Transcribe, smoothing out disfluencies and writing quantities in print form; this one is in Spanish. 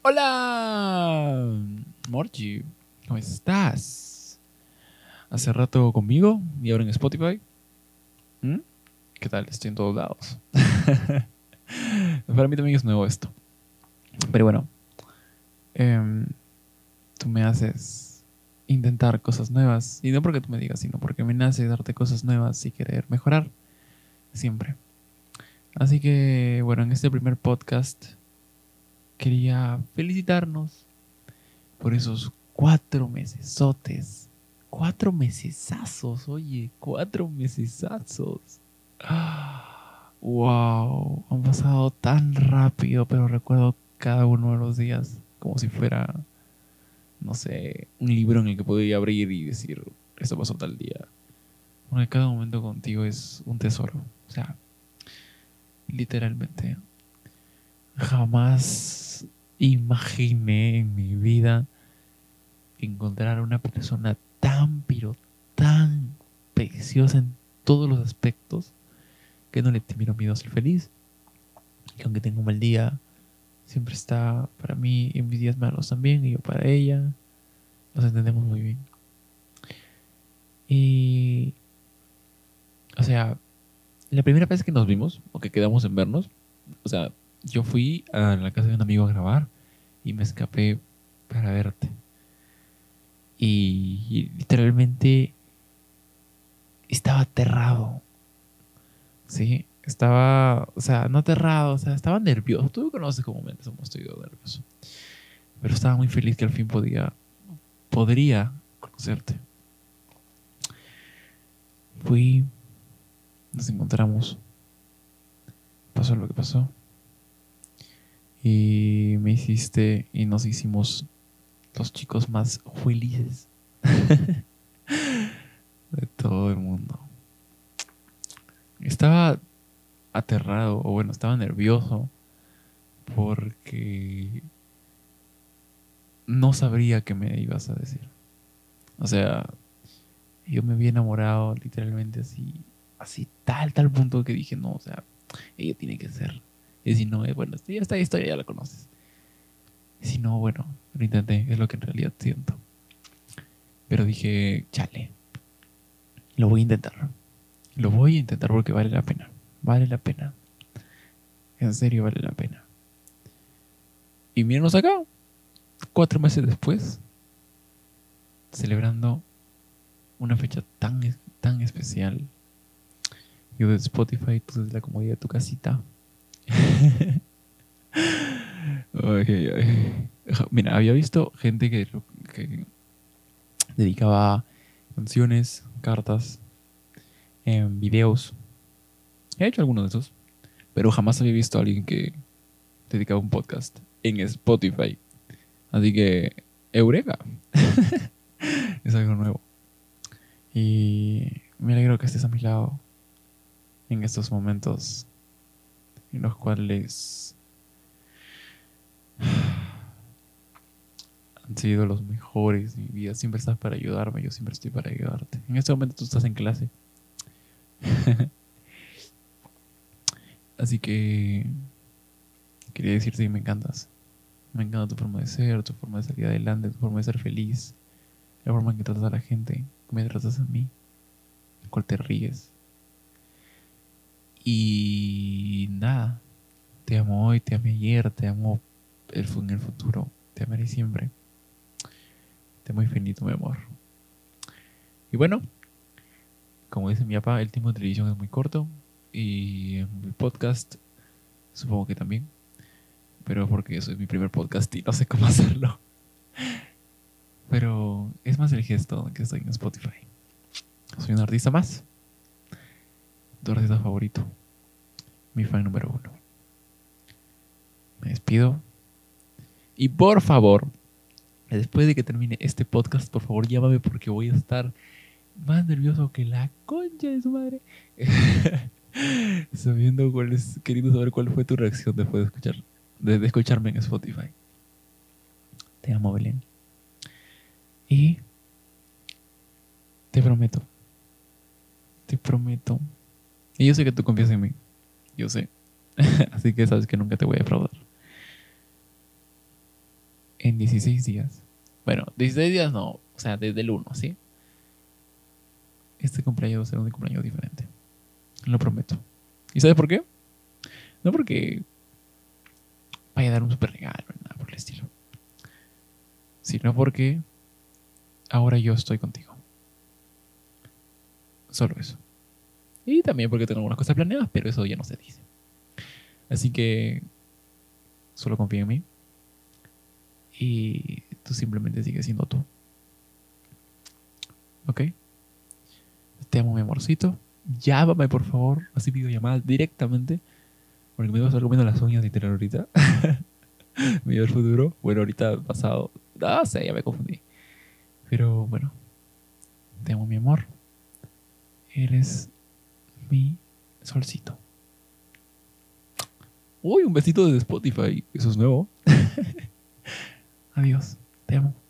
Hola, Morgi, ¿cómo estás? Hace rato conmigo y ahora en Spotify. ¿Mm? ¿Qué tal? Estoy en todos lados. Para mí también es nuevo esto. Pero bueno, em, tú me haces intentar cosas nuevas. Y no porque tú me digas, sino porque me nace darte cosas nuevas y querer mejorar siempre. Así que, bueno, en este primer podcast quería felicitarnos por esos 4 mesesotes. 4 mesesazos, oye, 4 mesesazos. Wow, han pasado tan rápido, pero recuerdo cada uno de los días como si fuera, no sé, un libro en el que podría abrir y decir, esto pasó tal día. Porque cada momento contigo es un tesoro. O sea, literalmente, jamás imaginé en mi vida encontrar a una persona tan, pero tan preciosa en todos los aspectos que no le tuvieron miedo a ser feliz. Que aunque tenga un mal día, siempre está para mí en mis días malos también y yo para ella. Nos entendemos muy bien. Y, o sea, la primera vez que nos vimos o que quedamos en vernos, o sea, yo fui a la casa de un amigo a grabar y me escapé para verte. Y literalmente estaba aterrado. Sí, estaba, o sea, no aterrado, o sea, estaba nervioso. Tú conoces cómo me estoy nervioso. Pero estaba muy feliz que al fin podría conocerte. Fui, nos encontramos, pasó lo que pasó. Y me hiciste y nos hicimos los chicos más felices de todo el mundo. Estaba aterrado, o bueno, estaba nervioso porque no sabría qué me ibas a decir. O sea, yo me había enamorado literalmente así tal punto que dije, no, o sea, ella tiene que ser. Y si no, bueno, ya esta historia ya la conoces. Y si no, bueno, lo intenté, es lo que en realidad siento. Pero dije, chale, lo voy a intentar. Lo voy a intentar porque vale la pena. Vale la pena. En serio vale la pena. Y mírenos acá, 4 meses después, celebrando una fecha tan especial. Yo desde Spotify, tú desde la comodidad de tu casita. Ay, ay. Mira, había visto gente que dedicaba canciones, cartas, videos. He hecho algunos de esos, pero jamás había visto a alguien que dedicaba un podcast en Spotify. Así que, Eureka, es algo nuevo. Y me alegro que estés a mi lado en estos momentos en los cuales han sido los mejores de mi vida. Siempre estás para ayudarme, yo siempre estoy para ayudarte. En este momento tú estás en clase. Así que quería decirte que me encantas. Me encanta tu forma de ser, tu forma de salir adelante, tu forma de ser feliz, la forma en que tratas a la gente, que me tratas a mí, en cual te ríes. Y nada, te amo hoy, te amé ayer, te amo en el futuro, te amaré siempre. Te amo infinito, mi amor. Y bueno, como dice mi papá, el tiempo de televisión es muy corto y en el podcast supongo que también, pero porque eso es mi primer podcast y no sé cómo hacerlo. Pero es más el gesto que estoy en Spotify. Soy un artista más, tu artista favorito, mi fan número 1. Me despido y por favor, después de que termine este podcast, por favor llámame porque voy a estar más nervioso que la concha de su madre. Queriendo saber cuál fue tu reacción después de escucharme en Spotify. Te amo, Belén. Y te prometo, te prometo. Y yo sé que tú confías en mí. Yo sé. Así que sabes que nunca te voy a defraudar. en 16 días. Bueno, 16 días no, o sea, desde el 1, ¿sí? Este cumpleaños va a ser un cumpleaños diferente. Lo prometo. ¿Y sabes por qué? No porque vaya a dar un super regalo ni nada por el estilo, sino porque ahora yo estoy contigo. Solo eso. Y también porque tengo algunas cosas planeadas, pero eso ya no se dice. Así que solo confía en mí. Y tú simplemente sigues siendo tú. ¿Ok? Te amo, mi amorcito. Llámame, por favor. Así videollamadas directamente. Porque me voy a estar comiendo las uñas literal ahorita. Mi del futuro. Bueno, ahorita pasado. No sé, ya me confundí. Pero bueno. Te amo, mi amor. Eres mi solcito. Uy, un besito desde Spotify. Eso es nuevo. Adiós. Te amo.